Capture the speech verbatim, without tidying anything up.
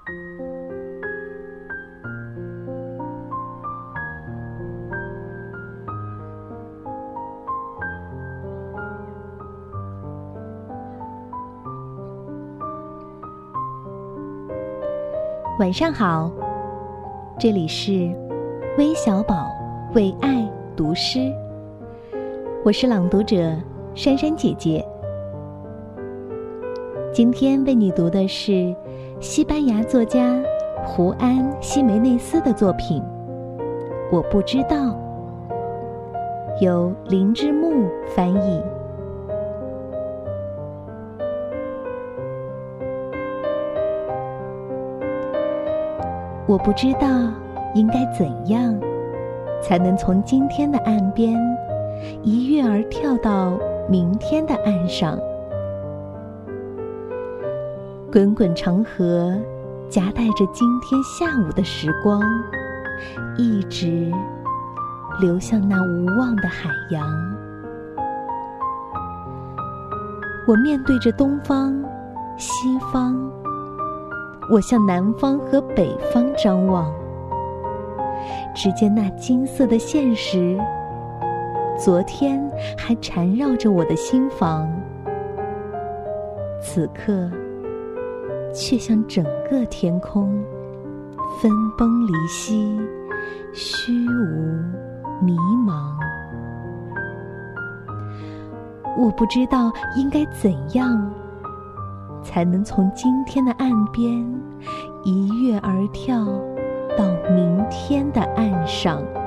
晚上好，这里是微小宝为爱读诗，我是朗读者珊珊姐姐。今天为你读的是西班牙作家胡安·西梅内斯的作品《我不知道》，由林之木翻译。我不知道应该怎样才能从今天的岸边一跃而跳到明天的岸上。滚滚长河夹带着今天下午的时光，一直流向那无望的海洋。我面对着东方、西方，我向南方和北方张望，只见那金色的现实，昨天还缠绕着我的心房，此刻却像整个天空分崩离析，虚无迷茫。我不知道应该怎样才能从今天的岸边一跃而跳到明天的岸上。